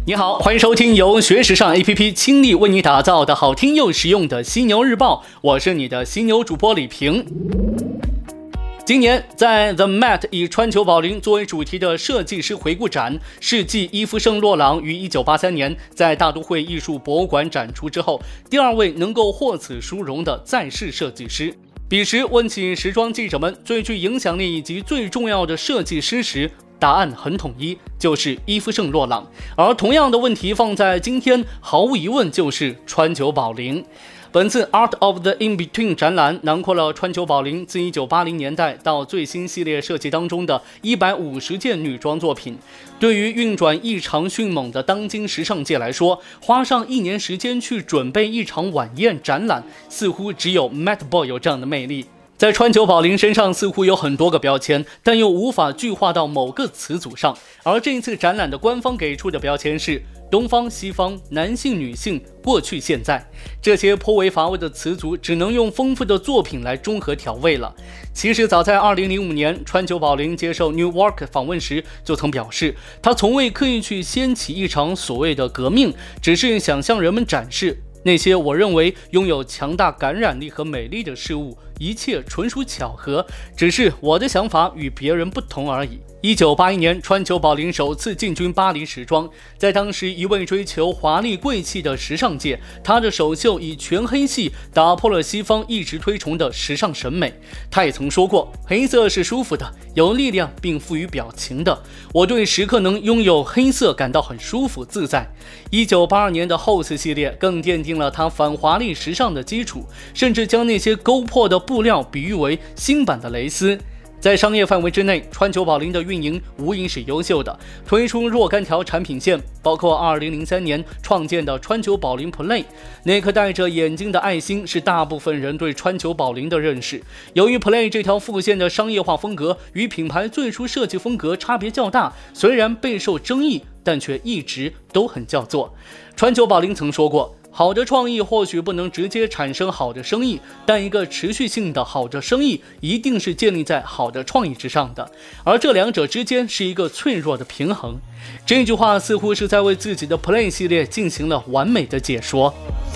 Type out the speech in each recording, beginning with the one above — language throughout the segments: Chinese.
你好，欢迎收听由学时尚 APP 倾力为你打造的好听又实用的犀牛日报，我是你的犀牛主播李平。今年在 The Met 以川久保玲作为主题的设计师回顾展是继伊夫圣洛朗于1983年在大都会艺术博物馆展出之后，第二位能够获此殊荣的在世设计师。彼时问起时装记者们最具影响力以及最重要的设计师时，答案很统一，就是伊夫圣洛朗。而同样的问题放在今天，毫无疑问就是川久保玲。本次 Art of the In-Between 展览囊括了川久保玲自1980年代到最新系列设计当中的150件女装作品。对于运转异常迅猛的当今时尚界来说，花上1年时间去准备一场晚宴展览，似乎只有 Met Ball 有这样的魅力。在川久保玲身上似乎有很多个标签，但又无法具化到某个词组上。而这一次展览的官方给出的标签是东方、西方、男性、女性、过去、现在，这些颇为乏味的词组只能用丰富的作品来中和调味了。其实早在2005年，川久保玲接受 New York 访问时就曾表示，他从未刻意去掀起一场所谓的革命，只是想向人们展示那些我认为拥有强大感染力和美丽的事物，一切纯属巧合，只是我的想法与别人不同而已。1981年，川久保玲首次进军巴黎时装，在当时一味追求华丽贵气的时尚界，她的首秀以全黑系打破了西方一直推崇的时尚审美。她也曾说过，黑色是舒服的，有力量并富于表情的，我对时刻能拥有黑色感到很舒服自在。1982年的 House 系列更奠定了她反华丽时尚的基础，甚至将那些勾破的布料比喻为新版的蕾丝。在商业范围之内，川久保玲的运营无疑是优秀的，推出若干条产品线，包括2003年创建的川久保玲 Play。 那颗带着眼睛的爱心是大部分人对川久保玲的认识。由于 Play 这条副线的商业化风格与品牌最初设计风格差别较大，虽然备受争议，但却一直都很叫座。川久保玲曾说过，好的创意或许不能直接产生好的生意，但一个持续性的好的生意一定是建立在好的创意之上的，而这两者之间是一个脆弱的平衡。这句话似乎是在为自己的 Play 系列进行了完美的解说。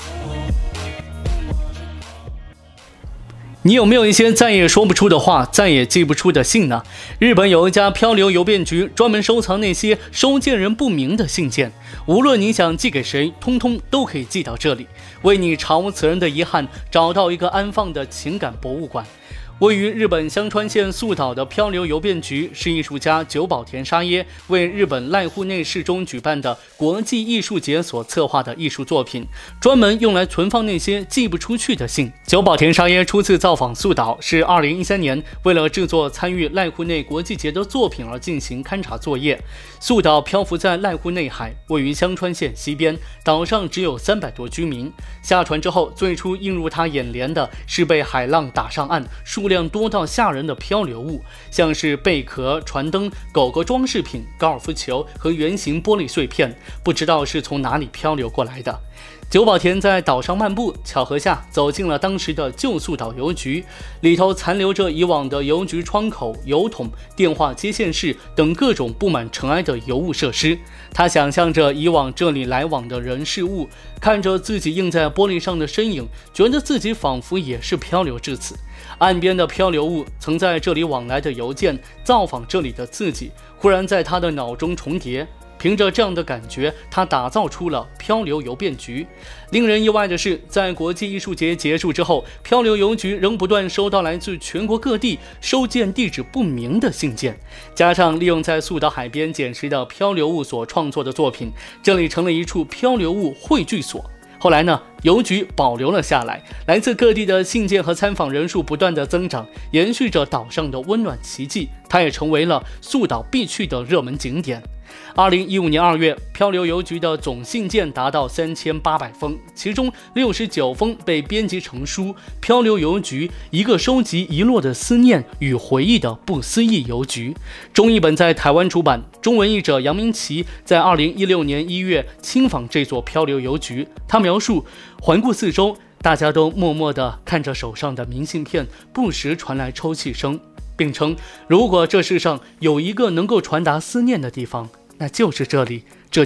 你有没有一些再也说不出的话，再也寄不出的信呢？日本有一家漂流邮便局专门收藏那些收件人不明的信件，无论你想寄给谁，通通都可以寄到这里，为你查无此人的遗憾找到一个安放的情感博物馆。位于日本香川县宿岛的漂流邮便局是艺术家久保田沙耶为日本濑户内市中举办的国际艺术节所策划的艺术作品，专门用来存放那些寄不出去的信。久保田沙耶初次造访宿岛是2013年，为了制作参与濑户内国际节的作品而进行勘察作业。宿岛漂浮在濑户内海，位于香川县西边，岛上只有300多居民。下船之后，最初映入他眼帘的是被海浪打上岸，数量多到吓人的漂流物，像是贝壳、船灯、狗狗装饰品、高尔夫球和圆形玻璃碎片，不知道是从哪里漂流过来的。久保田在岛上漫步，巧合下走进了当时的旧宿岛邮局，里头残留着以往的邮局窗口、邮筒、电话接线室等各种布满尘埃的邮务设施。他想象着以往这里来往的人事物，看着自己映在玻璃上的身影，觉得自己仿佛也是漂流至此。岸边的漂流物，曾在这里往来的邮件，造访这里的自己，忽然在他的脑中重叠。凭着这样的感觉，他打造出了漂流邮便局。令人意外的是，在国际艺术节结束之后，漂流邮局仍不断收到来自全国各地收件地址不明的信件，加上利用在宿岛海边捡拾的漂流物所创作的作品，这里成了一处漂流物汇聚所。后来呢，邮局保留了下来，来自各地的信件和参访人数不断的增长，延续着岛上的温暖奇迹，它也成为了宿岛必去的热门景点。2015年2月，漂流邮局的总信件达到3800封，其中69封被编辑成书《漂流邮局：一个收集遗落的思念与回忆的不思议邮局》。中译本在台湾出版，中文译者杨明奇在2016年1月亲访这座漂流邮局。他描述，环顾四周，大家都默默地看着手上的明信片，不时传来抽泣声，并称如果这世上有一个能够传达思念的地方，那就是这里，这间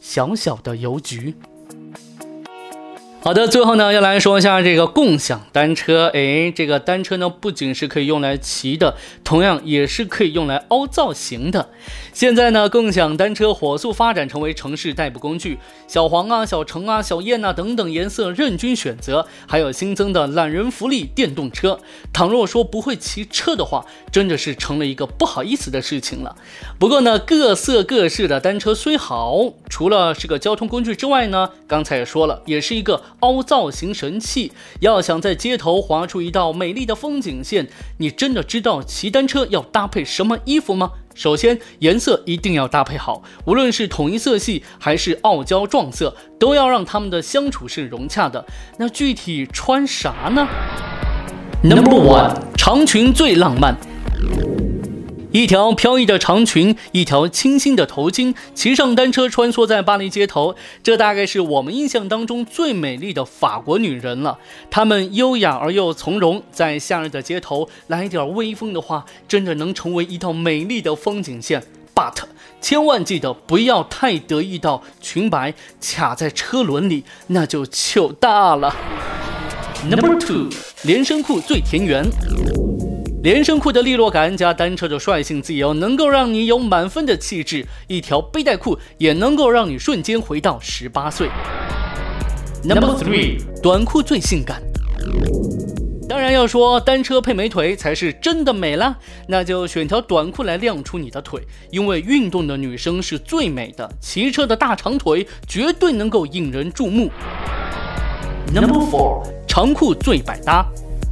小小的邮局。好的，最后呢，要来说一下这个共享单车。这个单车呢，不仅是可以用来骑的，同样也是可以用来凹造型的。现在呢，共享单车火速发展成为城市代步工具，小黄啊、小橙啊、小燕啊等等颜色任君选择，还有新增的懒人福利电动车。倘若说不会骑车的话，真的是成了一个不好意思的事情了。不过呢，各色各式的单车虽好，除了是个交通工具之外呢，刚才也说了，也是一个凹造型神器。要想在街头划出一道美丽的风景线，你真的知道骑单车要搭配什么衣服吗？首先，颜色一定要搭配好，无论是统一色系还是傲娇撞色，都要让他们的相处是融洽的。那具体穿啥呢？ Number 1， 长裙最浪漫。一条飘逸的长裙，一条清新的头巾，骑上单车穿梭在巴黎街头，这大概是我们印象当中最美丽的法国女人了。她们优雅而又从容，在夏日的街头来点微风的话，真的能成为一道美丽的风景线。But 千万记得不要太得意到裙摆卡在车轮里，那就糗大了。Number 2， 连身裤最田园。连身裤的利落感加单车的率性自由，能够让你有满分的气质。一条背带裤也能够让你瞬间回到18岁。Number 3， 短裤最性感。当然要说单车配美腿才是真的美啦，那就选条短裤来亮出你的腿，因为运动的女生是最美的，骑车的大长腿绝对能够引人注目。Number 4， 长裤最百搭。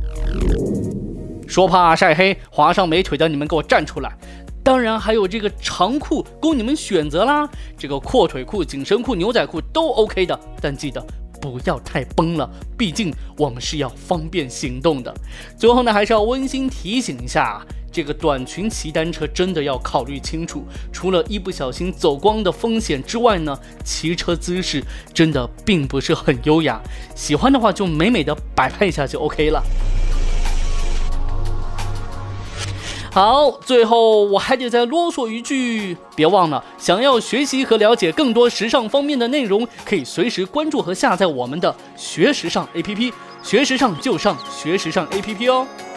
说怕晒黑划上美腿的你们给我站出来。当然还有这个长裤供你们选择啦，这个阔腿裤、紧身裤、牛仔裤都 OK 的，但记得不要太崩了，毕竟我们是要方便行动的。最后呢，还是要温馨提醒一下，这个短裙骑单车真的要考虑清楚，除了一不小心走光的风险之外呢，骑车姿势真的并不是很优雅，喜欢的话就美美的摆拍一下就 OK 了。好，最后我还得再啰嗦一句，别忘了，想要学习和了解更多时尚方面的内容，可以随时关注和下载我们的学时尚 APP， 学时尚就上学时尚 APP 哦。